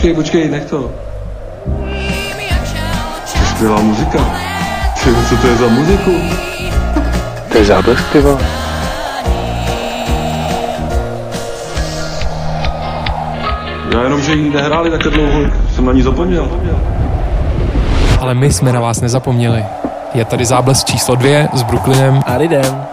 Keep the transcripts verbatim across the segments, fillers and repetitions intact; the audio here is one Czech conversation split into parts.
Počkej, počkej, nech to. To je skvělá muzika. Ty, co to je za muziku? To je Záblesk, ty vole. Já jenom, že ji nehráli tak dlouho, jsem na ní zapomněl. Ale my jsme na vás nezapomněli. Je tady Záblesk číslo dvě s Brooklynem a Lidem.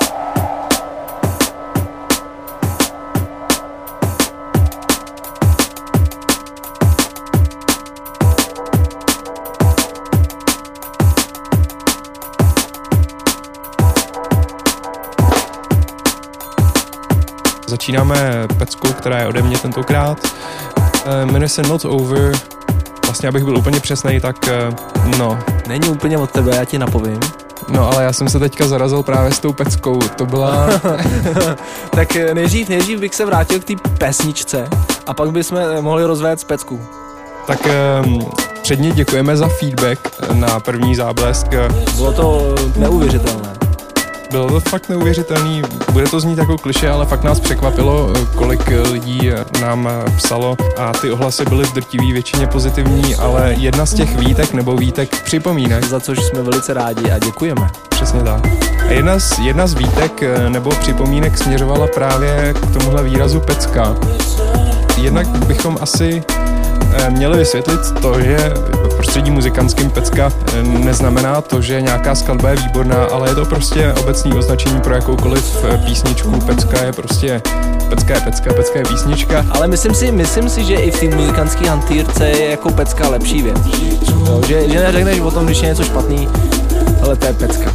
Začínáme peckou, která je ode mě tentokrát. Jmenuje se Not Over. Vlastně, abych byl úplně přesnej, tak no. Není úplně od tebe, já ti napovím. No, ale já jsem se teďka zarazil právě s tou peckou. To byla... Tak nejdřív, nejdřív bych se vrátil k té pesničce a pak bychom mohli rozvést pecku. Tak um, předně děkujeme za feedback na první Záblesk. Bylo to neuvěřitelné. Bylo to fakt neuvěřitelný, bude to znít jako klišé, ale fakt nás překvapilo, kolik lidí nám psalo a ty ohlasy byly v drtivé většině pozitivní, ale jedna z těch výtek nebo výtek připomínek. Za což jsme velice rádi a děkujeme. Přesně tak. A jedna z, jedna z výtek nebo připomínek směřovala právě k tomuhle výrazu pecka. Jednak bychom asi měli vysvětlit to, že v prostředí muzikantským pecka neznamená to, že nějaká skladba je výborná, ale je to prostě obecný označení pro jakoukoliv písničku. Pecka je prostě pecka je pecka, pecka je písnička. Ale myslím si, myslím si, že i v té muzikantské hantýrce je jako pecka lepší věc. No, že, že neřekneš o tom, když je něco špatný, ale to je pecka.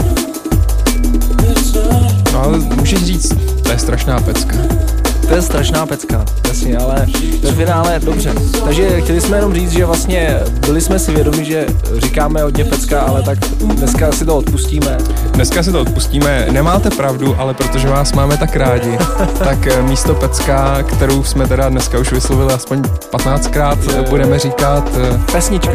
No ale můžeš říct, to je strašná pecka. To je strašná pecka, jasně, ale ve finále dobře. Takže chtěli jsme jenom říct, že vlastně byli jsme si vědomi, že říkáme hodně pecka, ale tak dneska si to odpustíme. Dneska si to odpustíme, nemáte pravdu, ale protože vás máme tak rádi, tak místo pecka, kterou jsme teda dneska už vyslovili aspoň patnáctkrát, budeme říkat... Pesnička.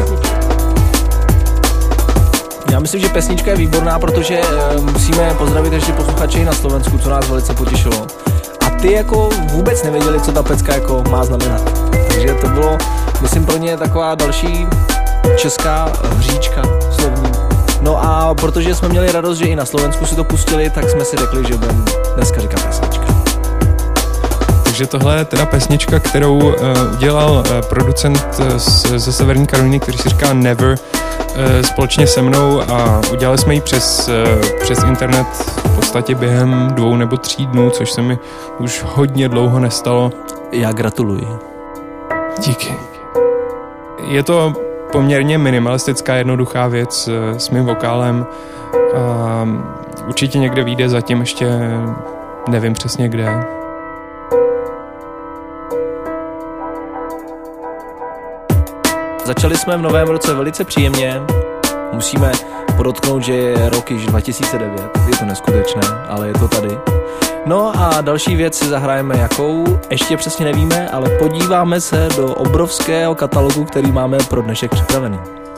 Já myslím, že pesnička je výborná, protože musíme pozdravit ještě posluchače na Slovensku, co nás velice potěšilo. Ty jako vůbec nevěděli, co ta pecka jako má znamenat. Takže to bylo, myslím, pro ně taková další česká hříčka slovní. No a protože jsme měli radost, že i na Slovensku si to pustili, tak jsme si řekli, že budeme dneska říkat pesnička. Takže tohle je teda pesnička, kterou uh, udělal uh, producent z, ze Severní Karolíny, který si říká Never, uh, společně se mnou a udělali jsme ji přes, uh, přes internet v podstatě během dvou nebo tří dnů, což se mi už hodně dlouho nestalo. Já gratuluji. Díky. Je to poměrně minimalistická, jednoduchá věc uh, s mým vokálem. Uh, určitě někde vyjde, zatím ještě nevím přesně kde. Začali jsme v novém roce velice příjemně. Musíme podotknout, že je rok již dva tisíce devět. Je to neskutečné, ale je to tady. No a další věc si zahrajeme jakou, ještě přesně nevíme, ale podíváme se do obrovského katalogu, který máme pro dnešek připravený.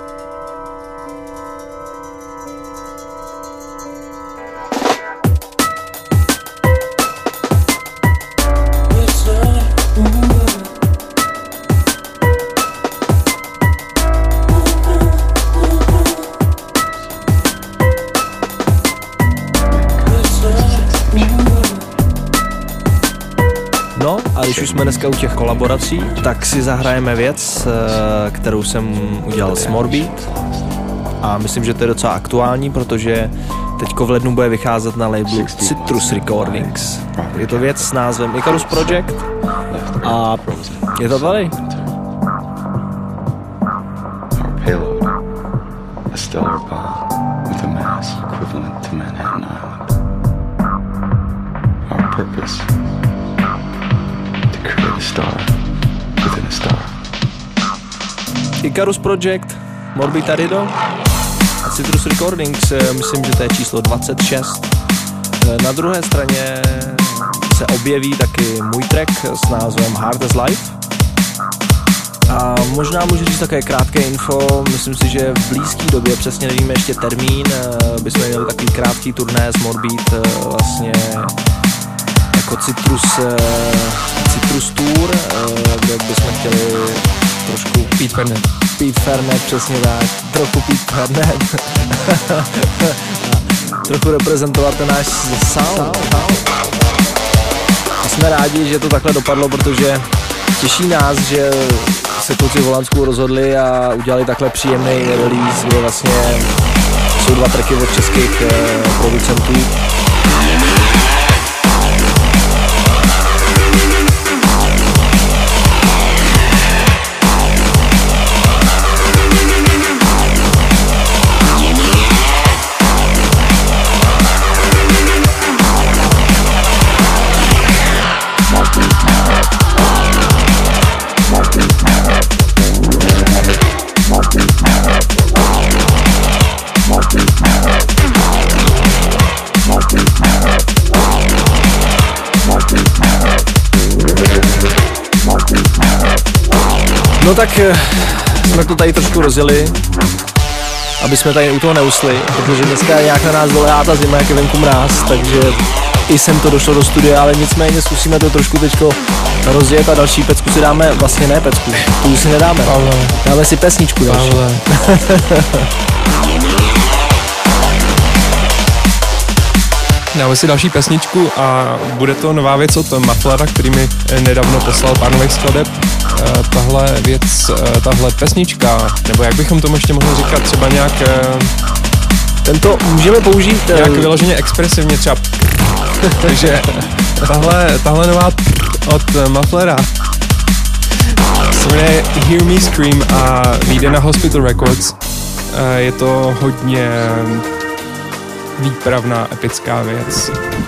Když už jsme dneska u těch kolaborací, tak si zahrajeme věc, kterou jsem udělal s Morbid a myslím, že to je docela aktuální, protože teďko v lednu bude vycházet na labelu Citrus Recordings. Je to věc s názvem Icarus Project a je to tady. Star within a star. Icarus Project, Morbid Arido a Citrus Recordings, myslím, že to je číslo dvacet šest. Na druhé straně se objeví taky můj track s názvem Hard as Life. A možná můžu říct také krátké info, myslím si, že v blízké době, přesně nevíme ještě termín, bychom měli takový krátký turné s Morbid, vlastně jako Citrus, Citrus Tour, kde bychom chtěli trošku Pete Fernet. Pete Fernet, přesně tak. Trochu Pete Fernet. Trochu reprezentovat ten náš sound. A jsme rádi, že to takhle dopadlo, protože těší nás, že se kluci v Holandsku rozhodli a udělali takhle příjemný release, kde vlastně jsou dva tracky od českých eh, producentů. No tak jsme to tady trošku rozjeli, aby jsme tady u toho neusli, protože dneska nějak na nás dolehá ta zima, jak je venku mráz, takže i sem to došlo do studia, ale nicméně zkusíme to trošku teďko rozjet a další pecku si dáme, vlastně ne pecku, tu si nedáme, Pavle. Dáme si pesničku další. Dáme si další pesničku a bude to nová věc od Mufflera, který mi nedávno poslal pár nových skladeb. Tahle věc, tahle pesnička, nebo jak bychom tomu ještě mohli říkat, třeba nějak... Tento můžeme použít... Nějak vyloženě expresivně třeba... Takže tahle, tahle nová od Mufflera se jmenuje Hear Me Scream a vyjde na Hospital Records. Je to hodně výpravná, epická věc.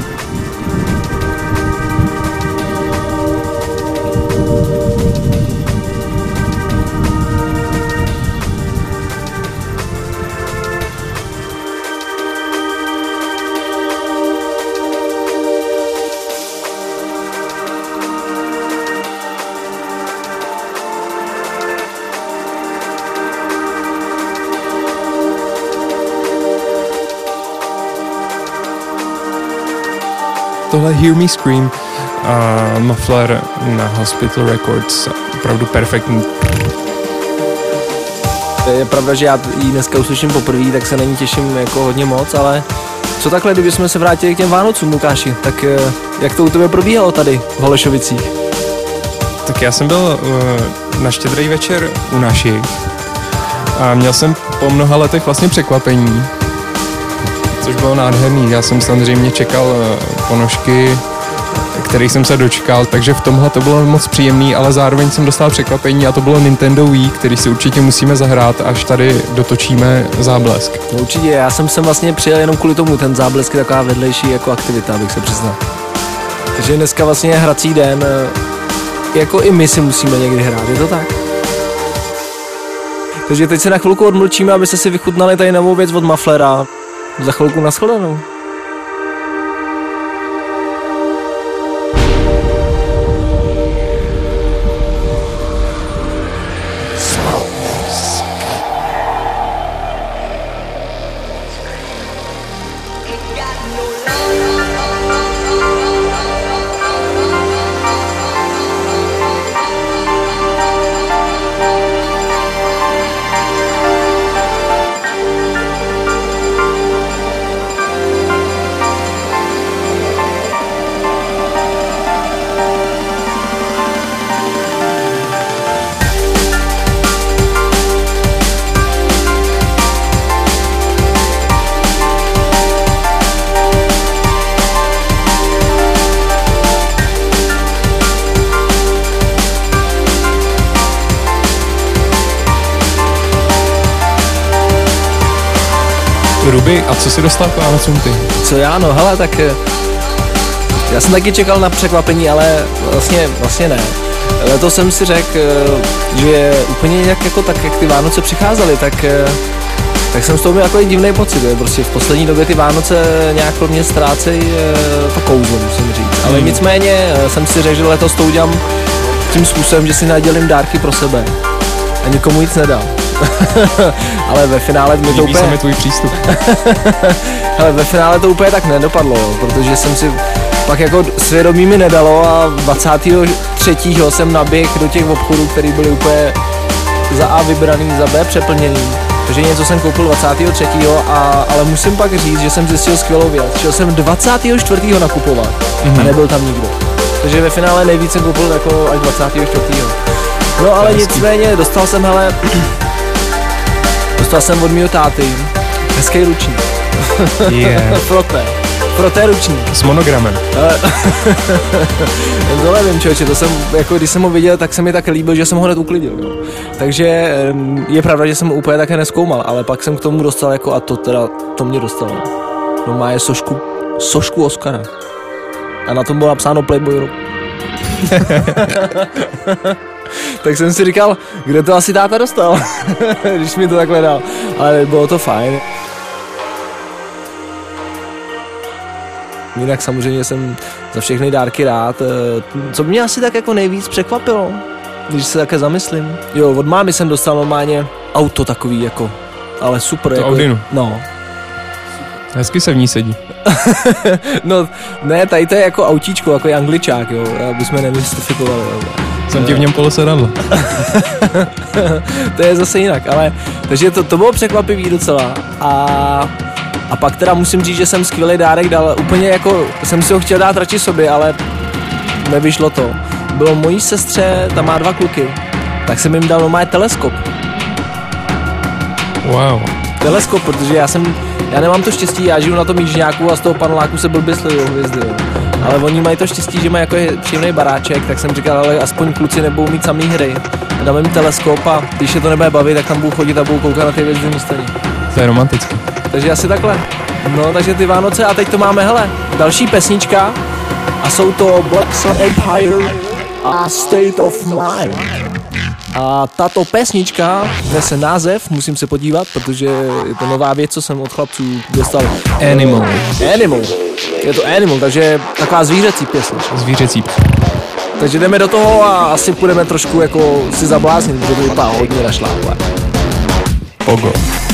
Tohle Hear Me Scream a Muffler na Hospital Records, opravdu perfektní. Je pravda, že já ji dneska uslyším poprvé, tak se na ní těším jako hodně moc, ale co takhle, kdybychom se vrátili k těm Vánocům, Lukáši, tak jak to u tebe probíhalo tady v Holešovicích? Tak já jsem byl uh, na Štědrý večer u našich a měl jsem po mnoha letech vlastně překvapení, což bylo nádherný. Já jsem samozřejmě čekal ponožky, kterých jsem se dočkal, takže v tomhle to bylo moc příjemný, ale zároveň jsem dostal překvapení a to bylo Nintendo Wii, který si určitě musíme zahrát, až tady dotočíme záblesk. No určitě, já jsem sem vlastně přijel jenom kvůli tomu, ten záblesk je taková vedlejší jako aktivita, abych se přiznal. Takže dneska vlastně je hrací den, jako i my si musíme někdy hrát, je to tak? Takže teď se na chvilku odmlčíme, abyste si vychutnali tady novou věc od Mufflera. Za chvilku nashledanou. Ruby, a co si dostal k Vánocům ty? Co já, no hele, tak já jsem taky čekal na překvapení, ale vlastně, vlastně ne. Letos jsem si řekl, že úplně jak, jako tak, jak ty Vánoce přicházely, tak, tak jsem z toho měl jako divný pocit. Je. Prostě v poslední době ty Vánoce nějak pro mě ztrácejí to kouzlo, musím říct. Ale hmm. nicméně jsem si řekl, že letos to udělám tím způsobem, že si nadělím dárky pro sebe a nikomu nic nedám. Ale ve finále mi to úplně... se mi tvůj přístup. Ale ve finále to úplně tak nedopadlo, protože jsem si pak jako svědomí mi nedalo a dvacátého třetího jsem naběh do těch obchodů, které byly úplně za A vybraný, za B přeplněný. Takže něco jsem koupil dvacátého třetího A, ale musím pak říct, že jsem zjistil skvělou věc. Šel jsem dvacátého čtvrtého nakupovat mm-hmm. a nebyl tam nikdo. Takže ve finále nejvíc jsem koupil jako až dvacátého čtvrtého No ale nicméně dostal jsem, hele, dostal jsem od mýho táty hezký ručník. Yeah. Proté. Proté ručník. S monogramem. To nevím, člověče, to jsem, jako když jsem ho viděl, tak se mi tak líbil, že jsem ho hned uklidil. No. Takže je pravda, že jsem ho úplně také nezkoumal, ale pak jsem k tomu dostal jako, a to teda, to mě dostalo. No má je sošku, sošku Oscara. A na tom bylo napsáno Playboy Rock. Tak jsem si říkal, kde to asi táta dostal, když mi to takhle dal. Ale bylo to fajn. Jinak samozřejmě jsem za všechny dárky rád. Co mě asi tak jako nejvíc překvapilo, když se také zamyslím. Jo, od mámy jsem dostal normálně auto takový jako, ale super. To jako, Audinu. No. Hezky se v ní sedí. No, ne, tady to je jako autíčko, jako je angličák, jo, aby jsme nemystifikovali. Jsem ti v něm polosedadlo. To je zase jinak, ale, takže to, to bylo překvapivý docela a, a pak teda musím říct, že jsem skvělý dárek dal, úplně jako, jsem si ho chtěl dát radši sobě, ale nevyšlo to. Bylo mojí sestře, ta má dva kluky, tak jsem jim dal normálně teleskop. Wow. Teleskop, protože já jsem, já nemám to štěstí, já žiju na tom jižňáku a z toho paneláku se blbě sledují hvězdy, jo. Ale oni mají to štěstí, že mají jako příjemný baráček, tak jsem říkal, ale aspoň kluci nebudou mít samý hry. Dáme jim teleskop a když je to nebude bavit, tak tam budou chodit a budou koukat na ty hvězdy místo ní. To je romantický. Takže asi takhle. No, takže ty Vánoce a teď to máme, hele, další pesnička a jsou to Black Sun Empire a State of Mind. A tato pesnička nese název, musím se podívat, protože je to nová věc, co jsem od chlapců dostal. Animal. Animal. Je to Animal, takže taková zvířecí pěsnička. Zvířecí. Takže jdeme do toho a asi půjdeme trošku jako si zabláznit, protože to vypadá hodně našláplé. Pogo.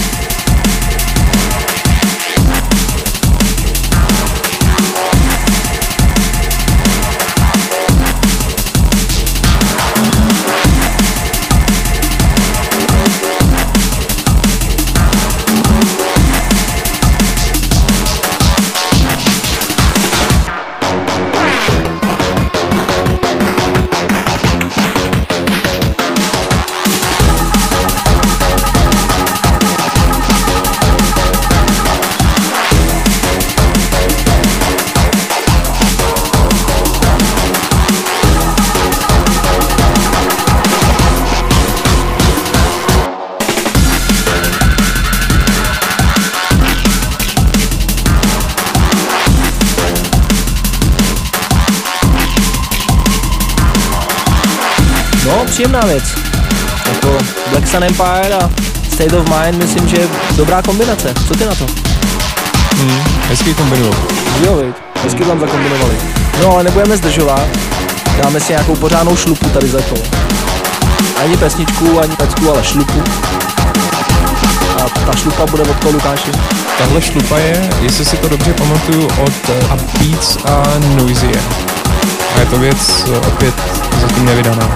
Příjemná věc. Jako Black Sun Empire a State of Mind, myslím, že je dobrá kombinace. Co ty na to? Hmm, hezký kombinovat. Jo, viď? Hezky tam zakombinovali. No, ale nebudeme zdržovat. Dáme si nějakou pořádnou šlupu tady za to. Ani pesničku, ani pecku, ale šlupu. A ta šlupa bude od toho Lukáši. Tahle šlupa je, jestli si to dobře pamatuju, od uh, Upbeats a Noisia. A je to věc uh, opět zatím nevydaná.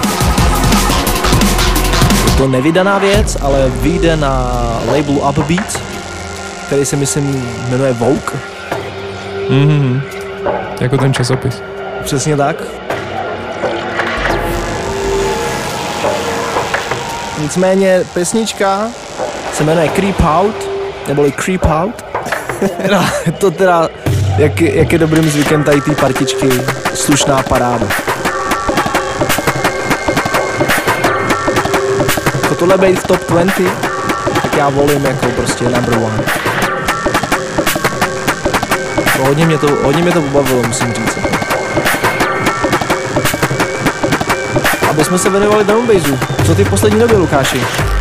To nevydaná věc, ale vyjde na labelu Upbeats, který se myslím jmenuje Vogue. Mhm, jako ten časopis. Přesně tak. Nicméně pesnička se jmenuje Creep Out, neboli Creep Out. No, to teda, jak, jak je dobrým zvykem tady té partičky, slušná paráda. Jako tohle být v top dvacet, tak já volím jako prostě number one. To hodně mě to, hodně mě to pobavilo, musím říct. Aby jsme se věnovali drum bassu. Co ty v poslední době, Lukáši?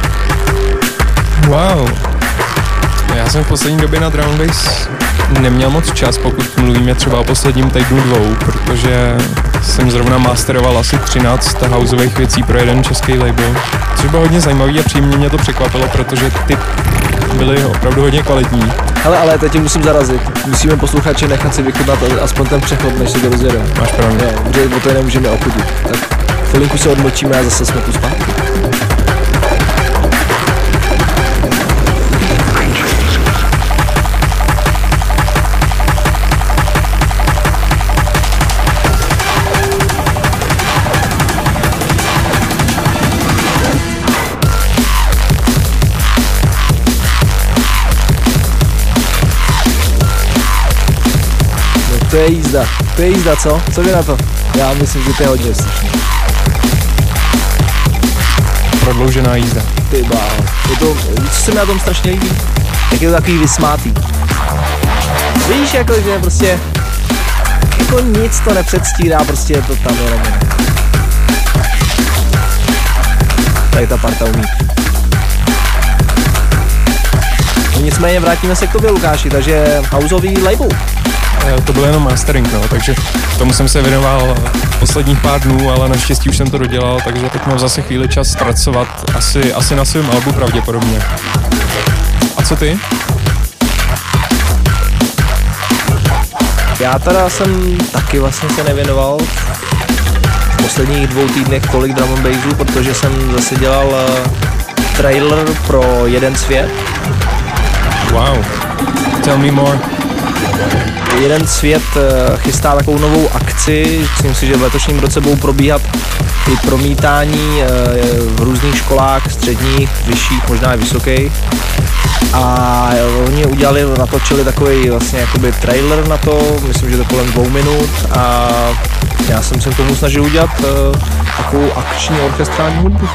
Wow. Já jsem v poslední době na drum bass neměl moc čas, pokud mluvíme třeba o posledním týdnu dvou, protože jsem zrovna masteroval asi třináct houseových věcí pro jeden český label. Což bylo hodně zajímavý a příjemně mě to překvapilo, protože ty byly opravdu hodně kvalitní. Hele, ale teď musím zarazit. Musíme posluchači nechat si vychutnat aspoň ten přechod, než si to rozjedeme. Máš pravdu. Jo, protože o to nemůžeme ochudit. Tak chvilinku se odmlčíme a zase jsme tu zpátky. to je jízda, to je jízda, co? Co vy na to? Já myslím, že to je hodně slušný. Prodloužená jízda. Ty bláho. Je to, co se mi na tom strašně líbí? Jak je to takový vysmátý. Víš, jako, že prostě jako nic to nepředstírá, prostě je to tam jenom. Tady ta parta umí. No nicméně vrátíme se k tobě, Lukáši, takže houseový label. To byl jenom mastering, no, takže tomu jsem se věnoval posledních pár dnů, ale naštěstí už jsem to dodělal, takže teď mám zase chvíli čas zpracovat asi, asi na svém albu pravděpodobně. A co ty? Já teda jsem taky vlastně se nevěnoval v posledních dvou týdnech tolik drum and bassu, protože jsem zase dělal trailer pro Jeden svět. Wow, tell me more. Jeden svět chystá takovou novou akci, myslím si, že v letošním roce budou probíhat i promítání v různých školách, středních, vyšších, možná i vysokých. A oni udělali, natočili takový vlastně jakoby trailer na to, myslím, že to kolem dvou minut a já jsem se k tomu snažil udělat takovou akční orchestrální hudbu.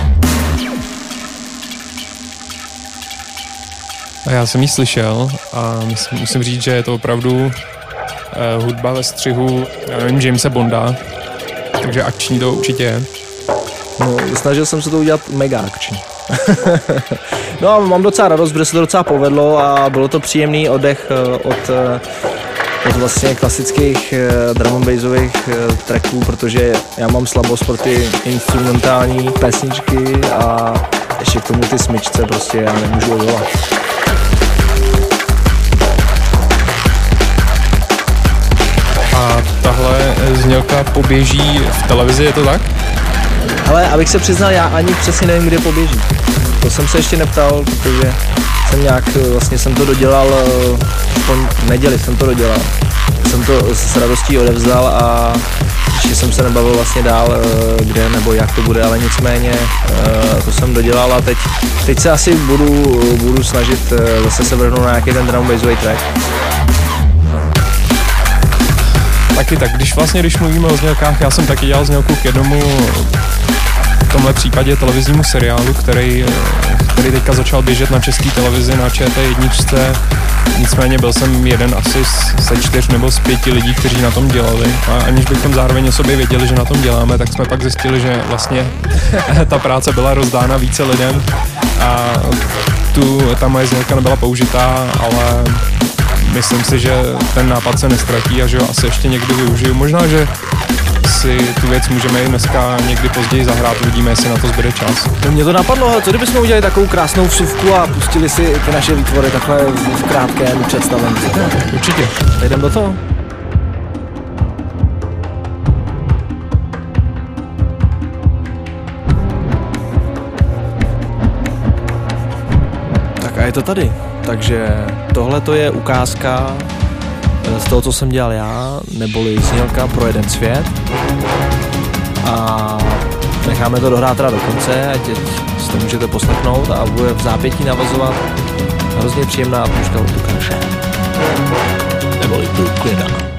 A já jsem ji slyšel a musím, musím říct, že je to opravdu uh, hudba ve střihu, já nevím, Jamesa Bonda, takže akční to určitě je. No, snažil jsem se to udělat mega akční. No a mám docela radost, protože se to docela povedlo a bylo to příjemný oddech od, od vlastně klasických drum and bassových tracků, protože já mám slabost pro ty instrumentální pesničky a ještě k tomu ty smyčce prostě já nemůžu odolat. A tahle znělka poběží v televizi, je to tak? Ale abych se přiznal, já ani přesně nevím, kde poběží. To jsem se ještě neptal, protože jsem nějak, vlastně jsem to dodělal, v neděli jsem to dodělal. Jsem to s radostí odevzdal a ještě jsem se nebavil vlastně dál, kde nebo jak to bude, ale nicméně to jsem dodělal a teď, teď se asi budu, budu snažit zase se vrhnout na nějaký ten drum bassový track. Taky tak, když vlastně, když mluvíme o znělkách, já jsem taky dělal znělku k jednomu, v tomhle případě televiznímu seriálu, který, který teďka začal běžet na české televizi, na Č T jedna. Nicméně byl jsem jeden asi ze čtyř nebo z pěti lidí, kteří na tom dělali. A aniž bychom zároveň o sobě věděli, že na tom děláme, tak jsme pak zjistili, že vlastně ta práce byla rozdána více lidem a tu, ta moje znělka nebyla použitá, ale myslím si, že ten nápad se nestratí a že ho asi ještě někdy využiju. Možná, že si tu věc můžeme i dneska někdy později zahrát, uvidíme, jestli na to zbyde čas. No mě to napadlo, co kdybychom udělali takovou krásnou vsuvku a pustili si ty naše výtvory takhle v krátkém představení. Určitě. Jdem do toho. Tak a je to tady. Takže tohle to je ukázka z toho, co jsem dělal já, neboli znělka pro Jeden svět. A necháme to dohrát teda do konce, ať si to můžete poslechnout a bude v zápětí navazovat hrozně příjemná půjčka od Lukáše. Neboli Brooklyna.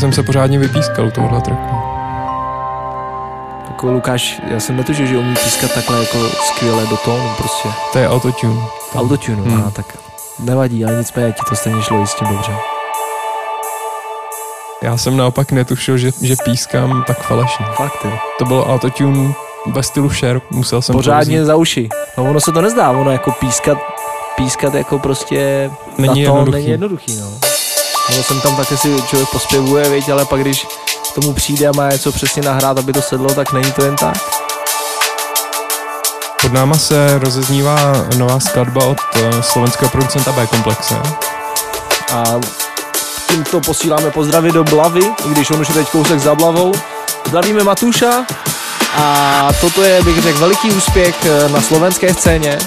jsem se pořádně vypískal u tohohle tracku. Jako Lukáš, já jsem netužil, že umí pískat takhle jako skvěle do tónu prostě. To je autotune. Autotune, hmm. a tak nevadí, ale nicméně ti to stejně šlo jistě dobře. Já jsem naopak netušil, že, že pískám tak falešně. Fakt, jo. To bylo autotune ve stylu Cher, musel jsem pořádně za uši. No ono se to nezdá, ono jako pískat, pískat jako prostě není na tón jednoduchý. není jednoduchý, no. No jsem tam taky si člověk pospěvuje, věď, ale pak když tomu přijde a má něco přesně nahrát, aby to sedlo, tak není to jen tak. Pod náma se rozeznívá nová skladba od uh, slovenského producenta B-Komplexe. A tímto posíláme pozdravy do Blavy, i když on už je teď kousek za Blavou. Zdravíme Matuša a toto je, bych řekl, veliký úspěch na slovenské scéně.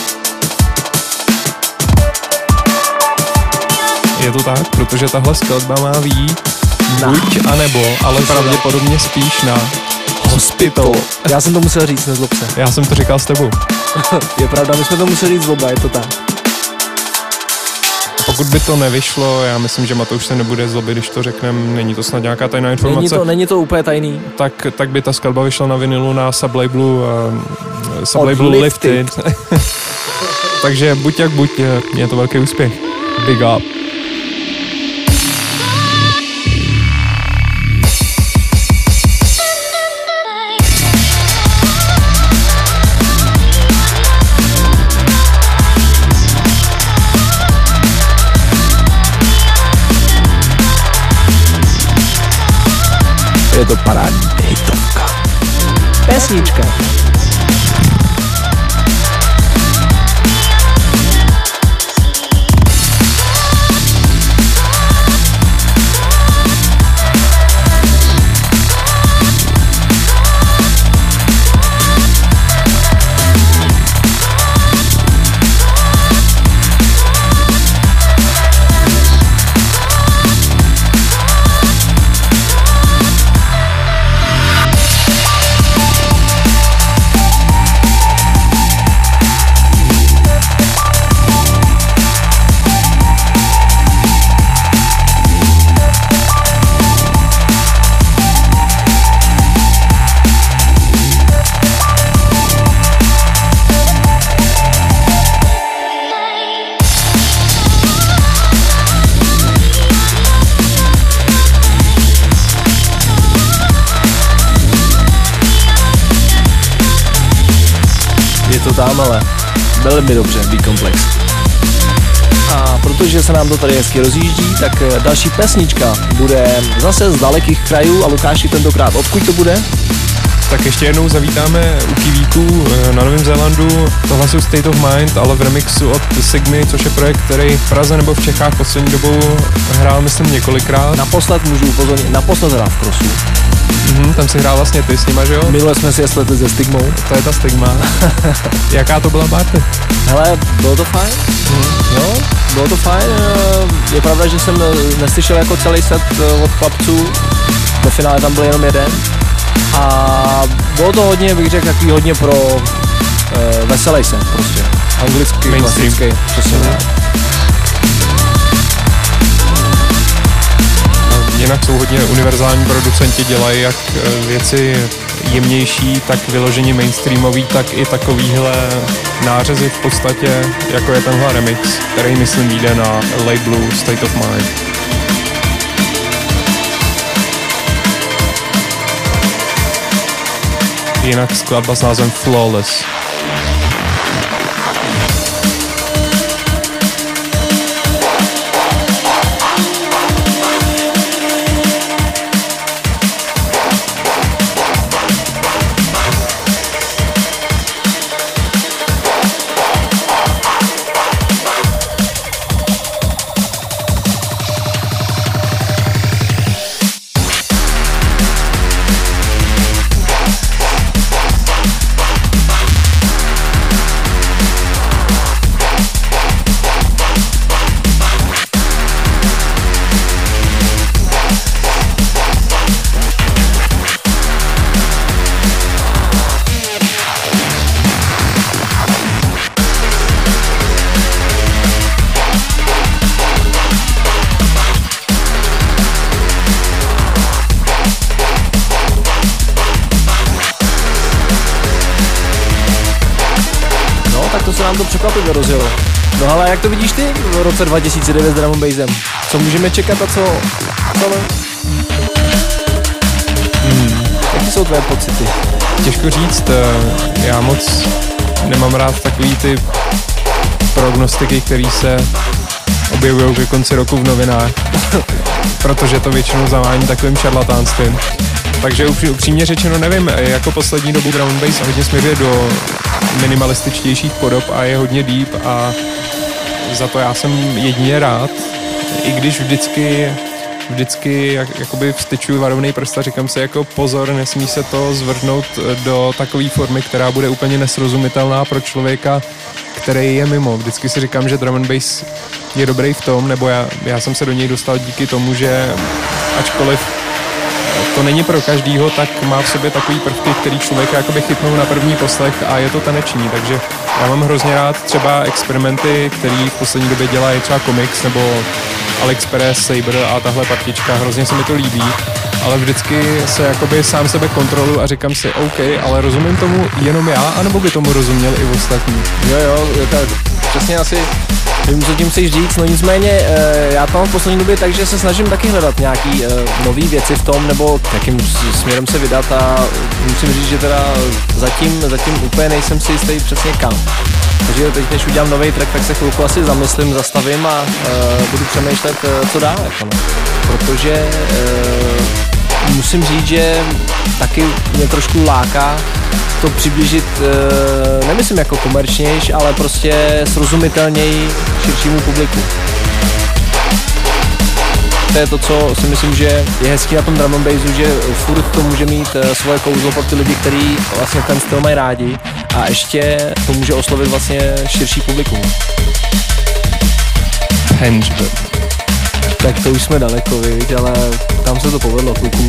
Je to tak, protože tahle skladba má výjít na. buď a nebo, ale Přesně pravděpodobně spíš na Hospital. Já jsem to musel říct, nezlob se. Já jsem to říkal s tebou. Je pravda, my jsme to museli říct oba, je to tak. Pokud by to nevyšlo, já myslím, že Matouš se nebude zlobit, když to řekneme, není to snad nějaká tajná informace. Není to, není to úplně tajný. Tak, tak by ta skladba vyšla na vinilu na sublabelu uh, sublabelu Lifted. Takže buď jak buď, je, je to velký úspěch. Big up. Je to parádní hitovka. Pesnička. To tam, ale velmi dobře, B-Komplex. A protože se nám to tady hezky rozjíždí, tak další pesnička bude zase z dalekých krajů a Lukáši tentokrát odkud to bude? Tak ještě jednou zavítáme u Kivíků na Novém Zélandu. Tohle jsou State of Mind, ale v remixu od Sigmy, což je projekt, který v Praze nebo v Čechách poslední dobou hrál, myslím, několikrát. Naposled můžu upozornit, naposled hrál v Krosu. Mhm, tam si hrál vlastně ty s nima, že jo? Minule jsme si je spletli se Stigmou. To je ta Stigma. Jaká to byla party? Hele, bylo to fajn. Mhm. Jo, bylo to fajn. Je pravda, že jsem neslyšel jako celý set od chlapců. Ve finále tam byl jenom jeden. A bylo to hodně, bych řekl, takový hodně pro uh, veselej se prostě. Anglický, klasický. Přesně. Jinak jsou hodně univerzální producenti, dělají jak věci jemnější, tak vyložení mainstreamový, tak i takovýhle nářezy v podstatě, jako je tenhle remix, který myslím vyjde na labelu State of Mind. Jinak skladba s názvem Flawless. rychle se nám to překvapivě rozjelo. No ale jak to vidíš ty v roce dva tisíce devět s drum and bassem? Co můžeme čekat a co? Co ne? Hmm. Jaké jsou tvoje pocity? Těžko říct, já moc nemám rád takový ty prognostiky, které se objevují ke konci roku v novinách, protože to většinou zavání takovým šarlatánstvím. Takže upřímně řečeno nevím, jako poslední dobu drum and bass hodně směřuje do minimalističtějších podob a je hodně deep a za to já jsem jedině rád, i když vždycky vždycky jak, jakoby vstyčuju varovný prst a říkám si jako pozor, nesmí se to zvrhnout do takové formy, která bude úplně nesrozumitelná pro člověka, který je mimo. Vždycky si říkám, že drum and bass je dobrý v tom, nebo já, já jsem se do něj dostal díky tomu, že ačkoliv to není pro každýho, tak má v sobě takový prvky, který člověka jakoby chytnou na první poslech a je to taneční, takže já mám hrozně rád třeba experimenty, který v poslední době dělají třeba Comics nebo Alex Perez, Saber a tahle partička, hrozně se mi to líbí, ale vždycky se jakoby sám sebe kontroluji a říkám si, OK, ale rozumím tomu jenom já, anebo by tomu rozuměl i ostatní. Jo, jo, je tak přesně asi vím, co tím chceš říct, no nicméně já to mám v poslední době tak, že se snažím taky hledat nějaký nový věci v tom, nebo jakým směrem se vydat a musím říct, že teda zatím, zatím úplně nejsem si jistý přesně kam. Takže teď, než udělám nový track, tak se chvilku asi zamyslím, zastavím a uh, budu přemýšlet, uh, co dál, jako no. Protože uh, musím říct, že taky mě trošku láká to přiblížit, uh, nemyslím jako komerčnějš, ale prostě srozumitelněji širšímu publiku. To je to, co si myslím, že je hezký na tom drum and bassu, že furt to může mít uh, svoje kouzlo pro ty lidi, kteří vlastně ten styl mají rádi a ještě to může oslovit vlastně širší publikum. Henchman. Tak to už jsme daleko, viď, ale tam se to povedlo, kluku.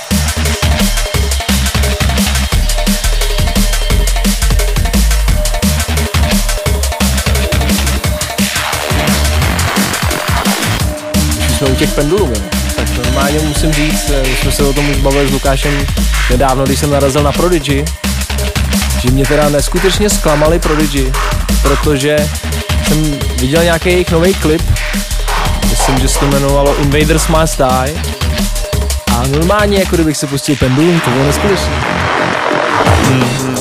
Když jsme u těch pendulů, tak normálně musím říct, my jsme se o tom už bavili s Lukášem nedávno, když jsem narazil na Prodigy, že mě teda neskutečně zklamali Prodigy, protože jsem viděl nějaký jejich nový klip, myslím, že se to jmenovalo Invaders Must Die a normálně, jako kdybych se pustil pendulum, to bylo neskutečné. Hmm.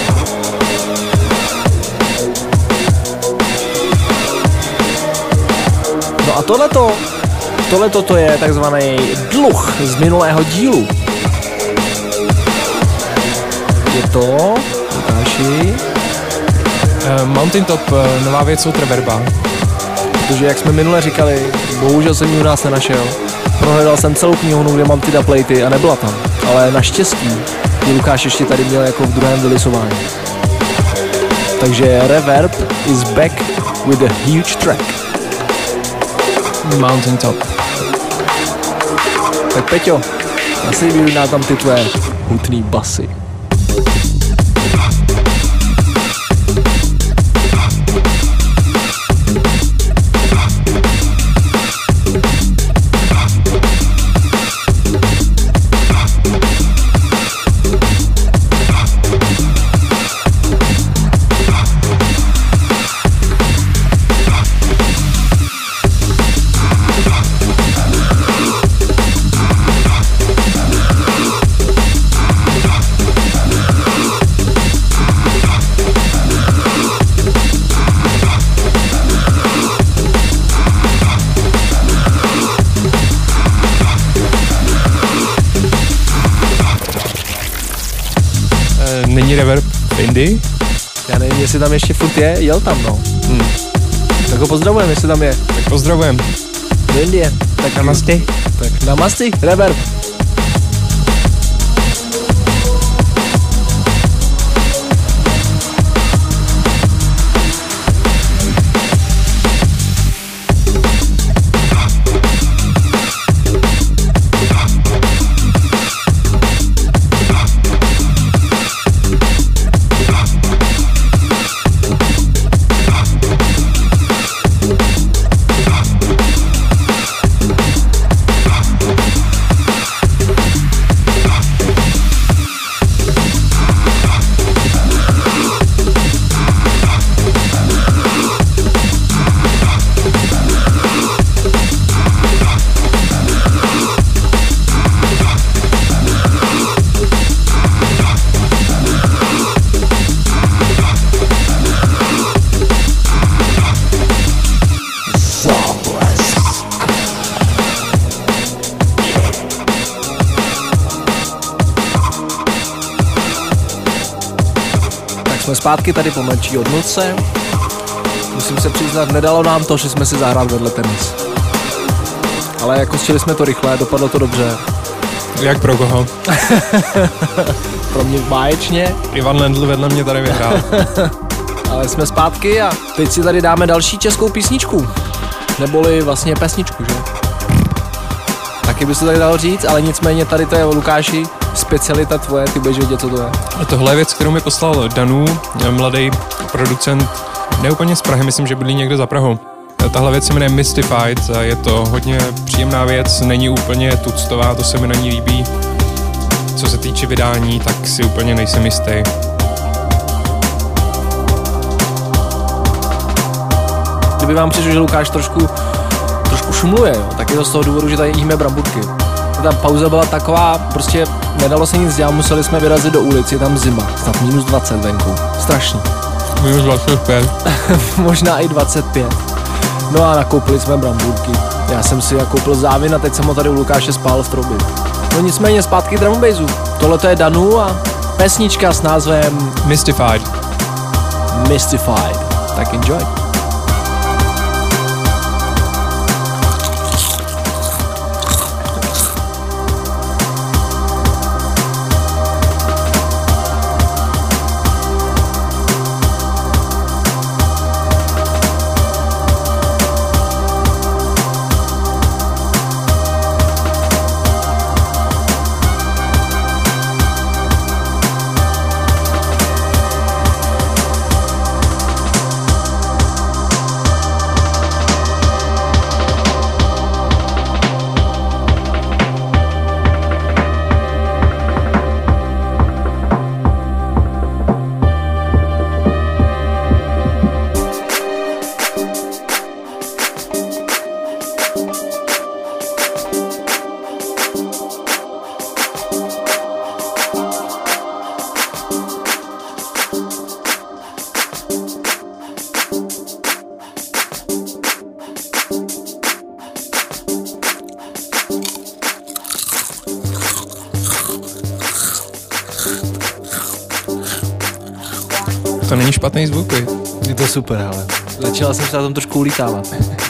No a tohleto, tohleto to je takzvaný dluh z minulého dílu. Je to, Lukáši, Uh, Mountain Top, uh, nová věc od Reverba. Protože jak jsme minule říkali, bohužel jsem ji u nás nenašel. Prohledal jsem celou knihovnu, kde mám ty dubplaty a nebyla tam. Ale naštěstí ji Lukáš ještě tady měl jako v druhém vylisování. Takže Reverb is back with a huge track. Mountain Top. Tak Peťo, asi vyvíjí nám tam ty tvé hutný basy. Není Reverb v Indii? Já nevím, jestli tam ještě furt je, jel tam, no. Hmm. Tak ho pozdravujem, jestli tam je. Tak pozdravujem. Do Indie. Tak Namaste. Tak namaste, Reverb. Jsme zpátky tady po mladší odmlce. Musím se přiznat, nedalo nám to, že jsme si zahrát vedle tenis. Ale jako chtěli jsme to rychle, dopadlo to dobře. Jak pro koho? Pro mě báječně. Ivan Lendl vedle mě tady vyhrál. Ale jsme zpátky a teď si tady dáme další českou písničku. Neboli vlastně pesničku, že? Taky by se tady dalo říct, ale nicméně tady to je, Lukáši, specialita tvoje, ty budeš vědět, co to je. Tohle je věc, kterou mi poslal Danu, mladý producent, ne úplně z Prahy, myslím, že byli někde za Prahou. Tahle věc se jmenuje Mystified a je to hodně příjemná věc, není úplně tuctová, to se mi na ní líbí. Co se týče vydání, tak si úplně nejsem jistý. Kdyby vám přišlo, že Lukáš trošku, trošku šumluje, jo, tak je to z toho důvodu, že tady jíme bramburky. Ta pauza byla taková, prostě nedalo se nic dělat, museli jsme vyrazit do ulic, je tam zima, snad minus dvacet venku, strašný. Minus dvacet pět. Možná i dvacet pět. No a nakoupili jsme bramburky. Já jsem si koupil závin a teď jsem ho tady u Lukáše spál v trobě. No nicméně zpátky drum and bassu. Tohle to je Danu a pesnička s názvem Mystified. Mystified. Tak enjoy. To není špatný zvuk, vy. Je to super, hele. Začala jsem se na tom trošku ulítávat.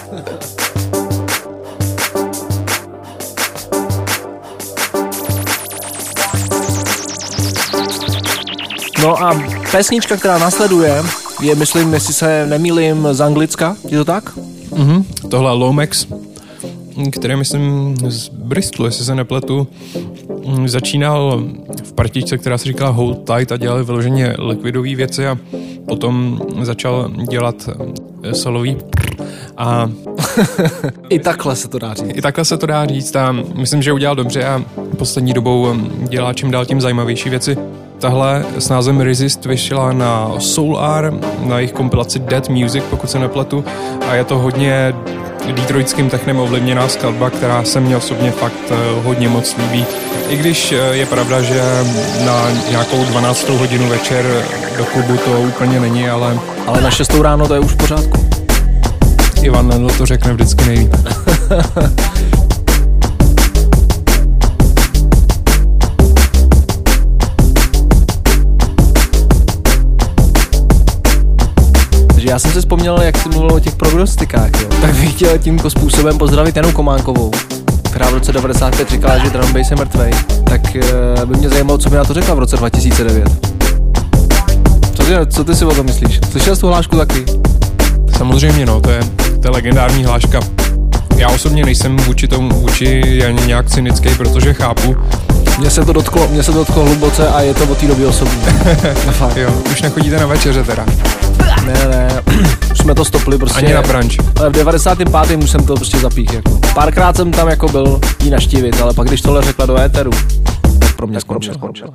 No a pesnička, která následuje, je, myslím, jestli se nemýlím, z Anglicka, je to tak? Mhm, tohle Lomax, který myslím z Bristolu, jestli se nepletu, začínal v partičce, která se říkala Hold Tight a dělali vyloženě likvidové věci a potom začal dělat solový a I takhle se to dá říct. I takhle se to dá říct a myslím, že udělal dobře a poslední dobou dělá čím dál tím zajímavější věci. Tahle s názvem Resist vyšla na Soul R, na jejich kompilaci Dead Music, pokud se nepletu, a je to hodně detroitským technem ovlivněná skladba, která se mně osobně fakt hodně moc líbí. I když je pravda, že na nějakou dvanáctou hodinu večer do klubu to úplně není, ale... Ale na šestou ráno to je už v pořádku. Ivan Lendl to řekne vždycky nejlíp. Já jsem si vzpomněl, jak jsi mluvil o těch prognostikách, jo. Tak bych chtěl tímto způsobem pozdravit Janu Kománkovou, která v roce devadesát pět říkala, že drum bass je mrtvej. Tak uh, by mě zajímalo, co by na to řekla v roce dva tisíce devět. Co ty, co ty si o tom myslíš? Slyšel jsi tu hlášku taky? Samozřejmě, no, to je, to je legendární hláška. Já osobně nejsem vůči tomu, vůči Janě nějak cynický, protože chápu. Mně se to dotklo, mně se to dotklo hluboce a je to od té doby osobní. Jo, už nechodíte na večeře teda. Ne, ne, už jsme to stopli prostě. Ani na brunch. Ale v devadesátém pátém už jsem to prostě zapích, jako. Párkrát jsem tam jako byl jí naštívit, ale pak když tohle řekla do éteru, tak pro mě skončil.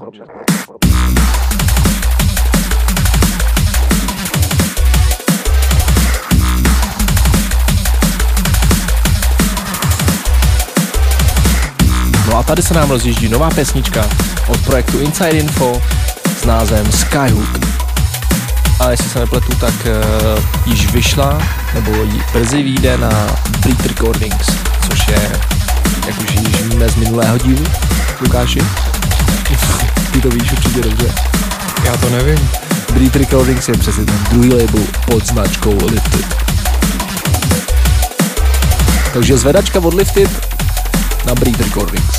No a tady se nám rozjíždí nová pesnička od projektu Inside Info s názvem Skyhook. A jestli se nepletu, tak uh, již vyšla, nebo ji brzy vyjde na Bleed Recordings, což je, jak už již víme z minulého dílu, Lukáši. Ty to víš určitě dobře. Já to nevím. Breed Recordings je přesně ten druhý label pod značkou Lifted. Takže zvedačka od Lifted na Breed Recordings.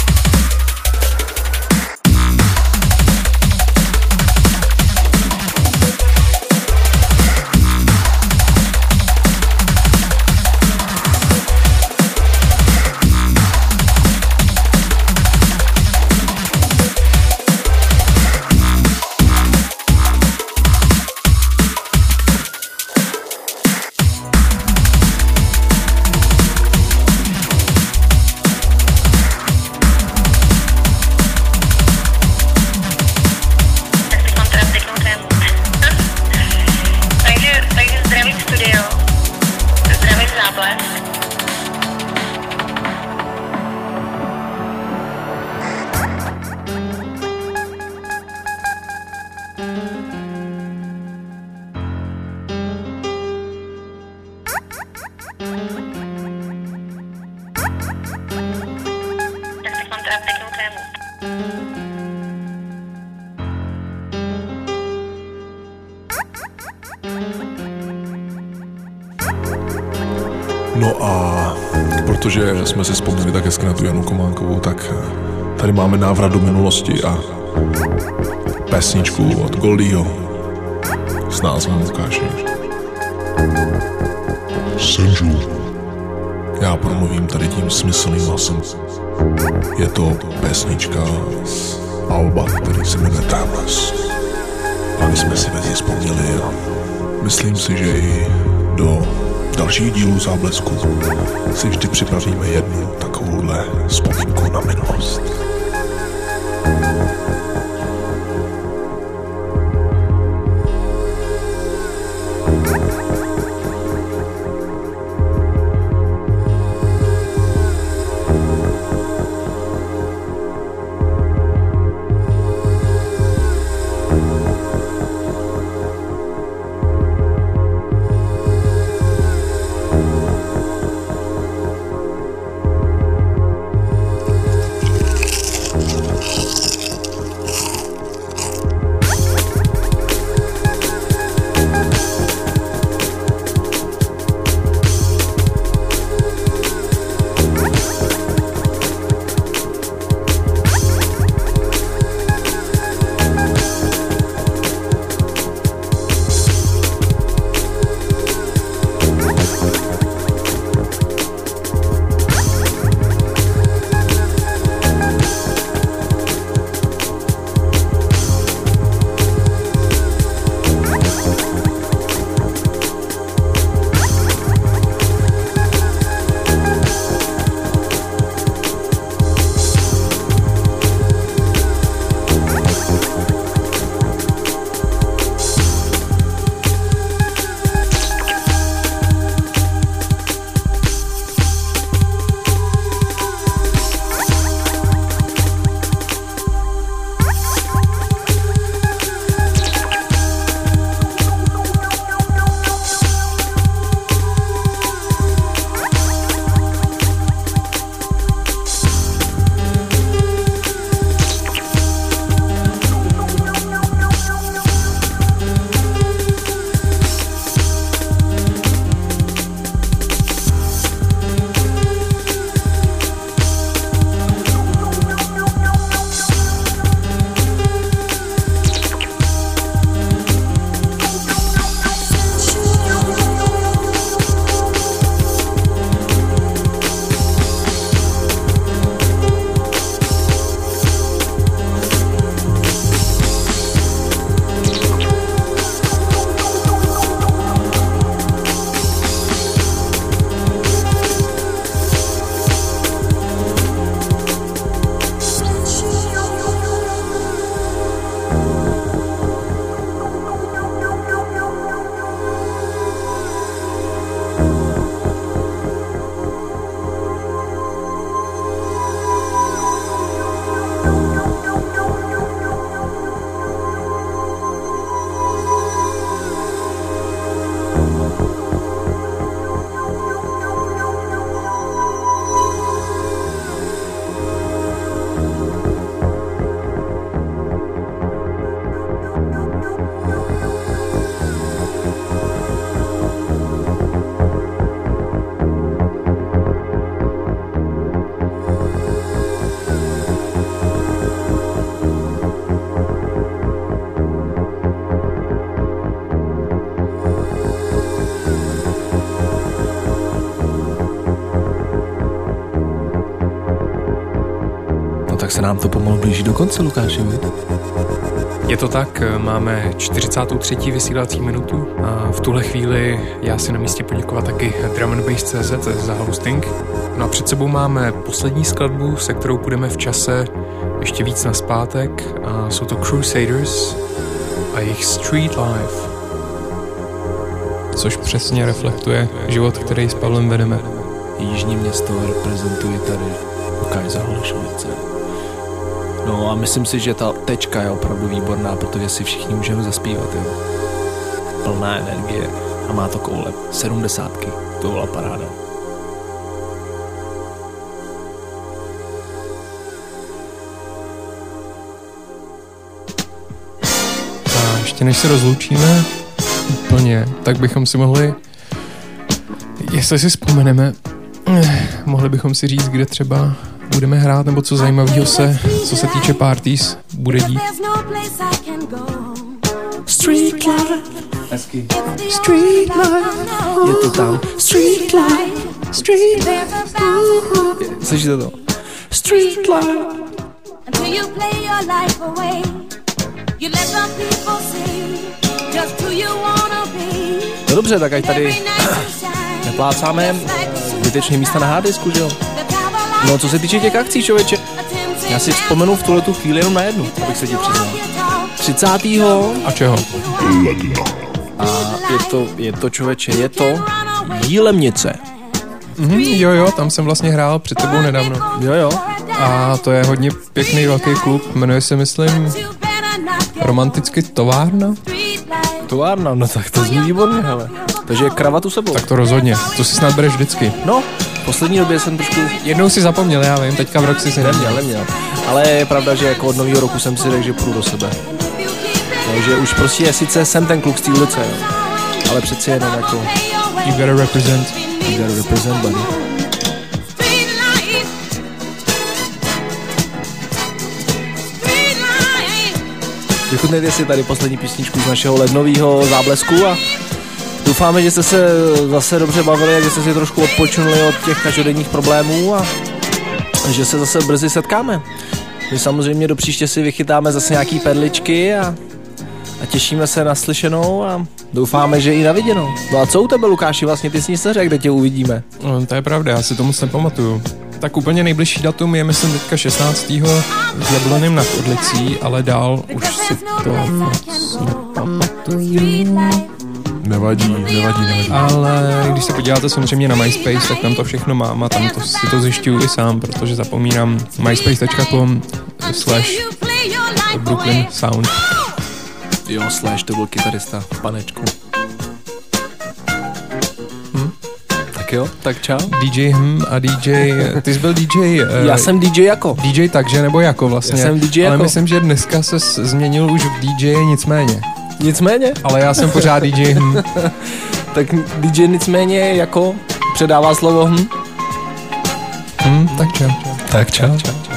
No a protože jsme si vzpomněli tak hezky na tu Janu Kománkovou, tak tady máme návrat do minulosti a pesničku od Goldieho s názvem Lukáši. Senžu. Já promluvím tady tím smyslným hlasem. Je to pesnička z alba, který se jmenuje Timeless. A my jsme si mezi vzpomněli a myslím si, že i do dalších dílů Záblesku si vždy připravíme jednu takovouhle vzpomínku na minulost. se nám to pomalu blíží do konce, Lukáši, viď? Je to tak, máme čtyřicátou třetí vysílací minutu a v tuhle chvíli já si na místě poděkovat taky drum and bass tečka cé zet za hosting. No a před sebou máme poslední skladbu, se kterou půjdeme v čase ještě víc nazpátek a jsou to Crusaders a jejich Street Life. Což přesně reflektuje život, který s Pavlem vedeme. Jižní město reprezentuje tady Lukáš za Holešovice. No a myslím si, že ta tečka je opravdu výborná, protože si všichni můžeme zaspívat, jo. Plná energie a má to koule sedmdesátky, to byla paráda. A ještě než se rozloučíme úplně, tak bychom si mohli, jestli si vzpomeneme, mohli bychom si říct, kde třeba budeme hrát, nebo co zajímavého se, co se týče parties, bude dít. Street life. Hezky. Street life. Je to tam. Street life. Street life. Slyšíte to? Street life. Until you play your life away. You let some people see just who you wanna be. No dobře, tak ať tady neplácáme zbytečně místa na hardisku, že jo? No, co se týče těch akcí, člověče, já si vzpomenu v tuhletu chvíli jenom na jednu, abych se ti přiznal. třicátého A čeho? A je to, je to člověče, je to Jílemnice. Mhm, jo, jo, tam jsem vlastně hrál před tebou nedávno. Jo, jo. A to je hodně pěkný velký klub, jmenuje se, myslím, romanticky Továrna. Továrna, no tak to zní výborně, hele. Takže je kravatu sebou. Tak to rozhodně, to si snad bereš vždycky. No, v poslední době jsem trošku... Jednou si zapomněl, já vím, teďka v rok si si neměl. Neměl, ale je pravda, že jako od nového roku jsem si řekl, že půjdu do sebe. Takže už prostě je, sice jsem ten kluk z té ulice, jo. Ale přeci jenom jako... You gotta represent. You gotta represent, buddy. Vychutnejte si tady poslední písničku z našeho lednového záblesku a doufáme, že jste se zase dobře bavili a že jste si trošku odpočinuli od těch každodenních problémů a že se zase brzy setkáme. My samozřejmě do příště si vychytáme zase nějaký perličky a, a těšíme se na slyšenou a doufáme, že i na viděnou. No a co u tebe, Lukáši, vlastně ty jsi nic neřekl, kde tě uvidíme? No, to je pravda, já si to moc nepamatuju. Tak úplně nejbližší datum je, myslím, teďka šestnáctého v Jabloném nad Orlicí, ale dál už si to moc nepamatuju. Nevadí, nevadí, nevadí. Ale když se podíváte samozřejmě na MySpace, tak tam to všechno mám a tam to, si to zjišťuju i sám, protože zapomínám myspace tečka com slash Brooklyn Sound. Jo, slash to byl kytarista v panečku. Hm? Tak jo, tak čau. D J Hm a D J, ty jsi byl D J... Uh, Já jsem D J jako. D J takže, nebo jako vlastně. Já jsem D J jako. Ale myslím, že dneska se změnil už v D J nicméně. Nicméně? Ale já jsem pořád D J Hm. Tak D J nicméně jako předává slovo Hm. Hm, tak čau. Tak čau. čau.